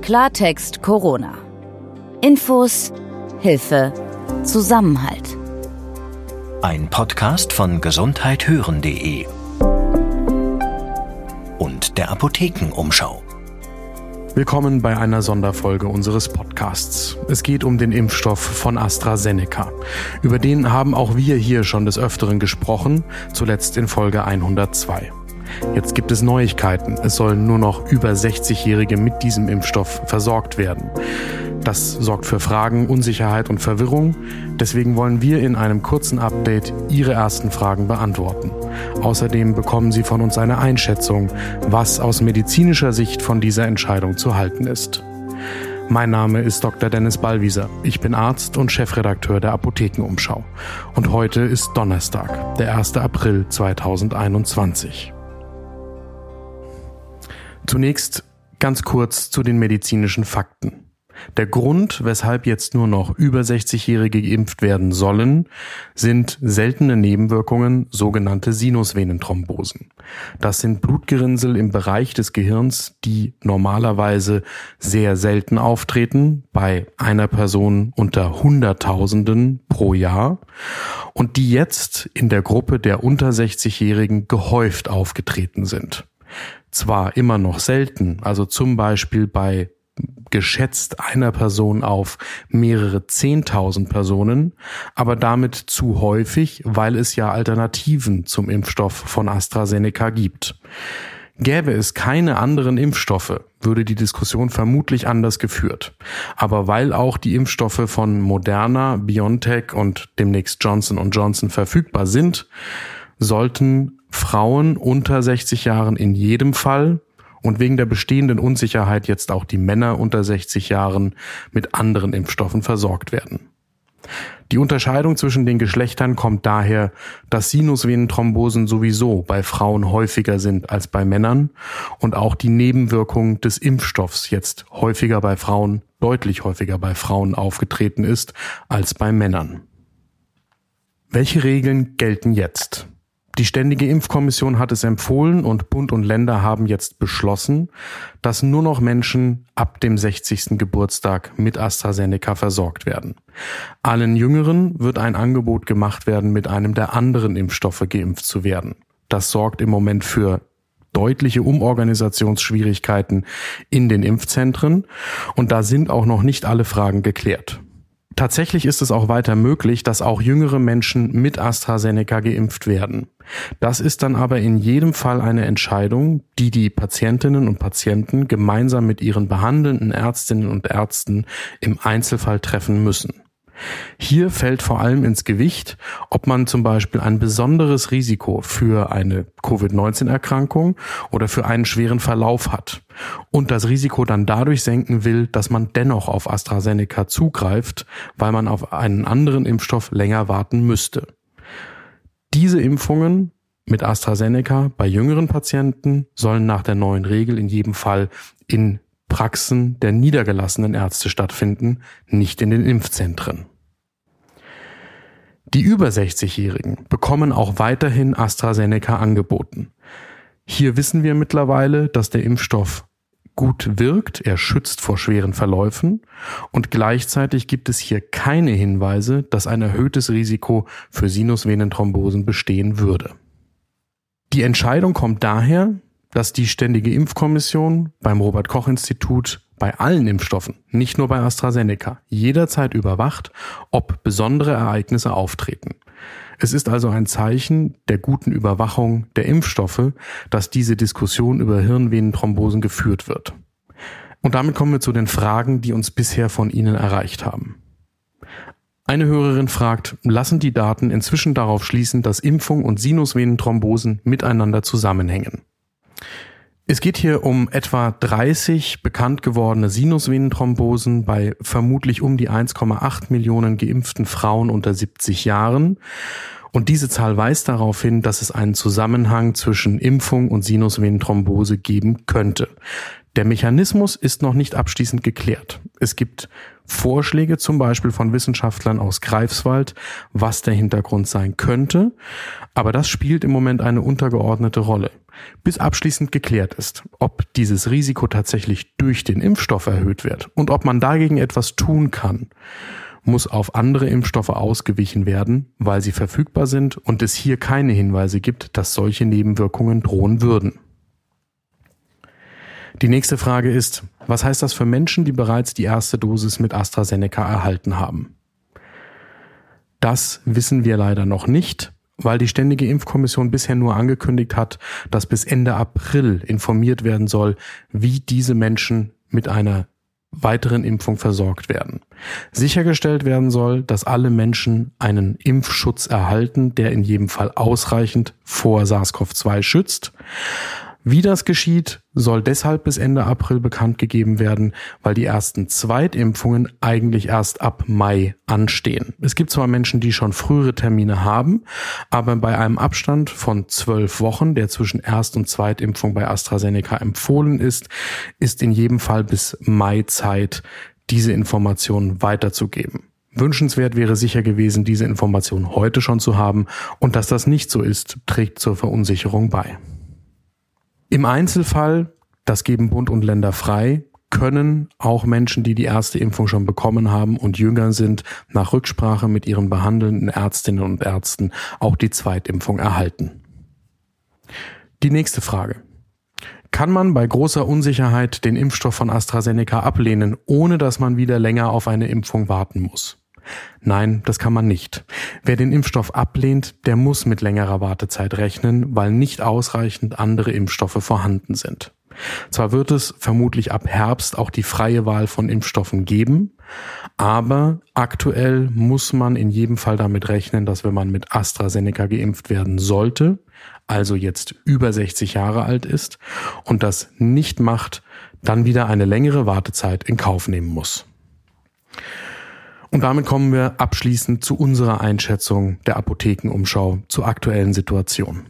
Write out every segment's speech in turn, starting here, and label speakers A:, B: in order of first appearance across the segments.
A: Klartext Corona. Infos, Hilfe, Zusammenhalt.
B: Ein Podcast von gesundheithören.de und der Apothekenumschau.
C: Willkommen bei einer Sonderfolge unseres Podcasts. Es geht um den Impfstoff von AstraZeneca. Über den haben auch wir hier schon des Öfteren gesprochen, zuletzt in Folge 102. Jetzt gibt es Neuigkeiten. Es sollen nur noch über 60-Jährige mit diesem Impfstoff versorgt werden. Das sorgt für Fragen, Unsicherheit und Verwirrung. Deswegen wollen wir in einem kurzen Update Ihre ersten Fragen beantworten. Außerdem bekommen Sie von uns eine Einschätzung, was aus medizinischer Sicht von dieser Entscheidung zu halten ist. Mein Name ist Dr. Dennis Ballwieser. Ich bin Arzt und Chefredakteur der Apothekenumschau. Und heute ist Donnerstag, der 1. April 2021. Zunächst ganz kurz zu den medizinischen Fakten. Der Grund, weshalb jetzt nur noch über 60-Jährige geimpft werden sollen, sind seltene Nebenwirkungen, sogenannte Sinusvenenthrombosen. Das sind Blutgerinnsel im Bereich des Gehirns, die normalerweise sehr selten auftreten, bei einer Person unter Hunderttausenden pro Jahr, und die jetzt in der Gruppe der unter 60-Jährigen gehäuft aufgetreten sind. Zwar immer noch selten, also zum Beispiel bei geschätzt einer Person auf mehrere 10.000 Personen, aber damit zu häufig, weil es ja Alternativen zum Impfstoff von AstraZeneca gibt. Gäbe es keine anderen Impfstoffe, würde die Diskussion vermutlich anders geführt. Aber weil auch die Impfstoffe von Moderna, BioNTech und demnächst Johnson & Johnson verfügbar sind, sollten Frauen unter 60 Jahren in jedem Fall und wegen der bestehenden Unsicherheit jetzt auch die Männer unter 60 Jahren mit anderen Impfstoffen versorgt werden. Die Unterscheidung zwischen den Geschlechtern kommt daher, dass Sinusvenenthrombosen sowieso bei Frauen häufiger sind als bei Männern und auch die Nebenwirkung des Impfstoffs jetzt häufiger bei Frauen, deutlich häufiger bei Frauen aufgetreten ist als bei Männern. Welche Regeln gelten jetzt? Die Ständige Impfkommission hat es empfohlen und Bund und Länder haben jetzt beschlossen, dass nur noch Menschen ab dem 60. Geburtstag mit AstraZeneca versorgt werden. Allen Jüngeren wird ein Angebot gemacht werden, mit einem der anderen Impfstoffe geimpft zu werden. Das sorgt im Moment für deutliche Umorganisationsschwierigkeiten in den Impfzentren und da sind auch noch nicht alle Fragen geklärt. Tatsächlich ist es auch weiter möglich, dass auch jüngere Menschen mit AstraZeneca geimpft werden. Das ist dann aber in jedem Fall eine Entscheidung, die die Patientinnen und Patienten gemeinsam mit ihren behandelnden Ärztinnen und Ärzten im Einzelfall treffen müssen. Hier fällt vor allem ins Gewicht, ob man zum Beispiel ein besonderes Risiko für eine Covid-19-Erkrankung oder für einen schweren Verlauf hat und das Risiko dann dadurch senken will, dass man dennoch auf AstraZeneca zugreift, weil man auf einen anderen Impfstoff länger warten müsste. Diese Impfungen mit AstraZeneca bei jüngeren Patienten sollen nach der neuen Regel in jedem Fall in Praxen der niedergelassenen Ärzte stattfinden, nicht in den Impfzentren. Die über 60-Jährigen bekommen auch weiterhin AstraZeneca angeboten. Hier wissen wir mittlerweile, dass der Impfstoff gut wirkt, er schützt vor schweren Verläufen und gleichzeitig gibt es hier keine Hinweise, dass ein erhöhtes Risiko für Sinusvenenthrombosen bestehen würde. Die Entscheidung kommt daher, dass die Ständige Impfkommission beim Robert-Koch-Institut bei allen Impfstoffen, nicht nur bei AstraZeneca, jederzeit überwacht, ob besondere Ereignisse auftreten. Es ist also ein Zeichen der guten Überwachung der Impfstoffe, dass diese Diskussion über Hirnvenenthrombosen geführt wird. Und damit kommen wir zu den Fragen, die uns bisher von Ihnen erreicht haben. Eine Hörerin fragt, lassen die Daten inzwischen darauf schließen, dass Impfung und Sinusvenenthrombosen miteinander zusammenhängen? Es geht hier um etwa 30 bekannt gewordene Sinusvenenthrombosen bei vermutlich um die 1,8 Millionen geimpften Frauen unter 70 Jahren. Und diese Zahl weist darauf hin, dass es einen Zusammenhang zwischen Impfung und Sinusvenenthrombose geben könnte. Der Mechanismus ist noch nicht abschließend geklärt. Es gibt Vorschläge zum Beispiel von Wissenschaftlern aus Greifswald, was der Hintergrund sein könnte, aber das spielt im Moment eine untergeordnete Rolle. Bis abschließend geklärt ist, ob dieses Risiko tatsächlich durch den Impfstoff erhöht wird und ob man dagegen etwas tun kann, muss auf andere Impfstoffe ausgewichen werden, weil sie verfügbar sind und es hier keine Hinweise gibt, dass solche Nebenwirkungen drohen würden. Die nächste Frage ist, was heißt das für Menschen, die bereits die erste Dosis mit AstraZeneca erhalten haben? Das wissen wir leider noch nicht, weil die Ständige Impfkommission bisher nur angekündigt hat, dass bis Ende April informiert werden soll, wie diese Menschen mit einer weiteren Impfung versorgt werden. Sichergestellt werden soll, dass alle Menschen einen Impfschutz erhalten, der in jedem Fall ausreichend vor SARS-CoV-2 schützt. Wie das geschieht, soll deshalb bis Ende April bekannt gegeben werden, weil die ersten Zweitimpfungen eigentlich erst ab Mai anstehen. Es gibt zwar Menschen, die schon frühere Termine haben, aber bei einem Abstand von 12 Wochen, der zwischen Erst- und Zweitimpfung bei AstraZeneca empfohlen ist, ist in jedem Fall bis Mai Zeit, diese Informationen weiterzugeben. Wünschenswert wäre sicher gewesen, diese Informationen heute schon zu haben, und dass das nicht so ist, trägt zur Verunsicherung bei. Im Einzelfall, das geben Bund und Länder frei, können auch Menschen, die die erste Impfung schon bekommen haben und jünger sind, nach Rücksprache mit ihren behandelnden Ärztinnen und Ärzten auch die Zweitimpfung erhalten. Die nächste Frage. Kann man bei großer Unsicherheit den Impfstoff von AstraZeneca ablehnen, ohne dass man wieder länger auf eine Impfung warten muss? Nein, das kann man nicht. Wer den Impfstoff ablehnt, der muss mit längerer Wartezeit rechnen, weil nicht ausreichend andere Impfstoffe vorhanden sind. Zwar wird es vermutlich ab Herbst auch die freie Wahl von Impfstoffen geben, aber aktuell muss man in jedem Fall damit rechnen, dass wenn man mit AstraZeneca geimpft werden sollte, also jetzt über 60 Jahre alt ist und das nicht macht, dann wieder eine längere Wartezeit in Kauf nehmen muss. Und damit kommen wir abschließend zu unserer Einschätzung der Apothekenumschau zur aktuellen Situation.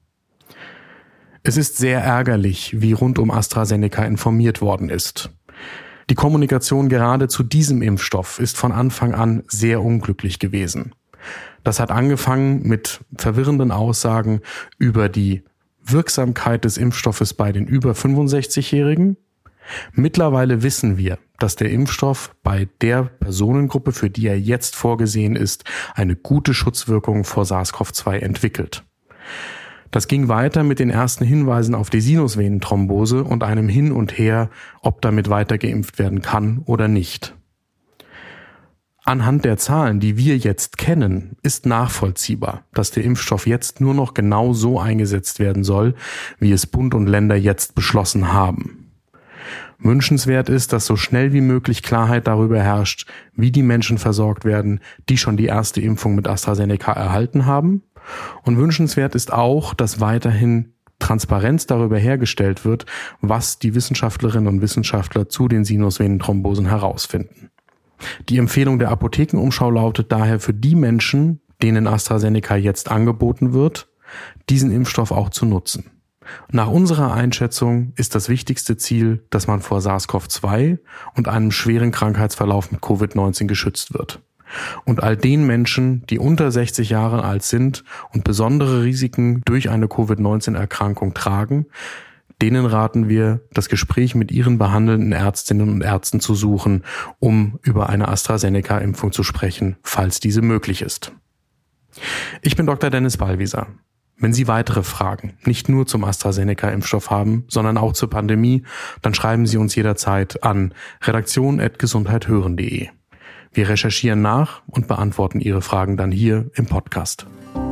C: Es ist sehr ärgerlich, wie rund um AstraZeneca informiert worden ist. Die Kommunikation gerade zu diesem Impfstoff ist von Anfang an sehr unglücklich gewesen. Das hat angefangen mit verwirrenden Aussagen über die Wirksamkeit des Impfstoffes bei den über 65-Jährigen. Mittlerweile wissen wir, dass der Impfstoff bei der Personengruppe, für die er jetzt vorgesehen ist, eine gute Schutzwirkung vor SARS-CoV-2 entwickelt. Das ging weiter mit den ersten Hinweisen auf die Sinusvenenthrombose und einem Hin und Her, ob damit weiter geimpft werden kann oder nicht. Anhand der Zahlen, die wir jetzt kennen, ist nachvollziehbar, dass der Impfstoff jetzt nur noch genau so eingesetzt werden soll, wie es Bund und Länder jetzt beschlossen haben. Wünschenswert ist, dass so schnell wie möglich Klarheit darüber herrscht, wie die Menschen versorgt werden, die schon die erste Impfung mit AstraZeneca erhalten haben. Und wünschenswert ist auch, dass weiterhin Transparenz darüber hergestellt wird, was die Wissenschaftlerinnen und Wissenschaftler zu den Sinusvenenthrombosen herausfinden. Die Empfehlung der Apothekenumschau lautet daher für die Menschen, denen AstraZeneca jetzt angeboten wird, diesen Impfstoff auch zu nutzen. Nach unserer Einschätzung ist das wichtigste Ziel, dass man vor SARS-CoV-2 und einem schweren Krankheitsverlauf mit Covid-19 geschützt wird. Und all den Menschen, die unter 60 Jahre alt sind und besondere Risiken durch eine Covid-19-Erkrankung tragen, denen raten wir, das Gespräch mit ihren behandelnden Ärztinnen und Ärzten zu suchen, um über eine AstraZeneca-Impfung zu sprechen, falls diese möglich ist. Ich bin Dr. Dennis Ballwieser. Wenn Sie weitere Fragen nicht nur zum AstraZeneca-Impfstoff haben, sondern auch zur Pandemie, dann schreiben Sie uns jederzeit an redaktion@gesundheithören.de. Wir recherchieren nach und beantworten Ihre Fragen dann hier im Podcast.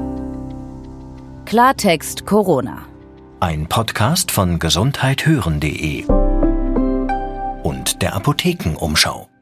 A: Klartext Corona.
B: Ein Podcast von gesundheithören.de und der Apothekenumschau.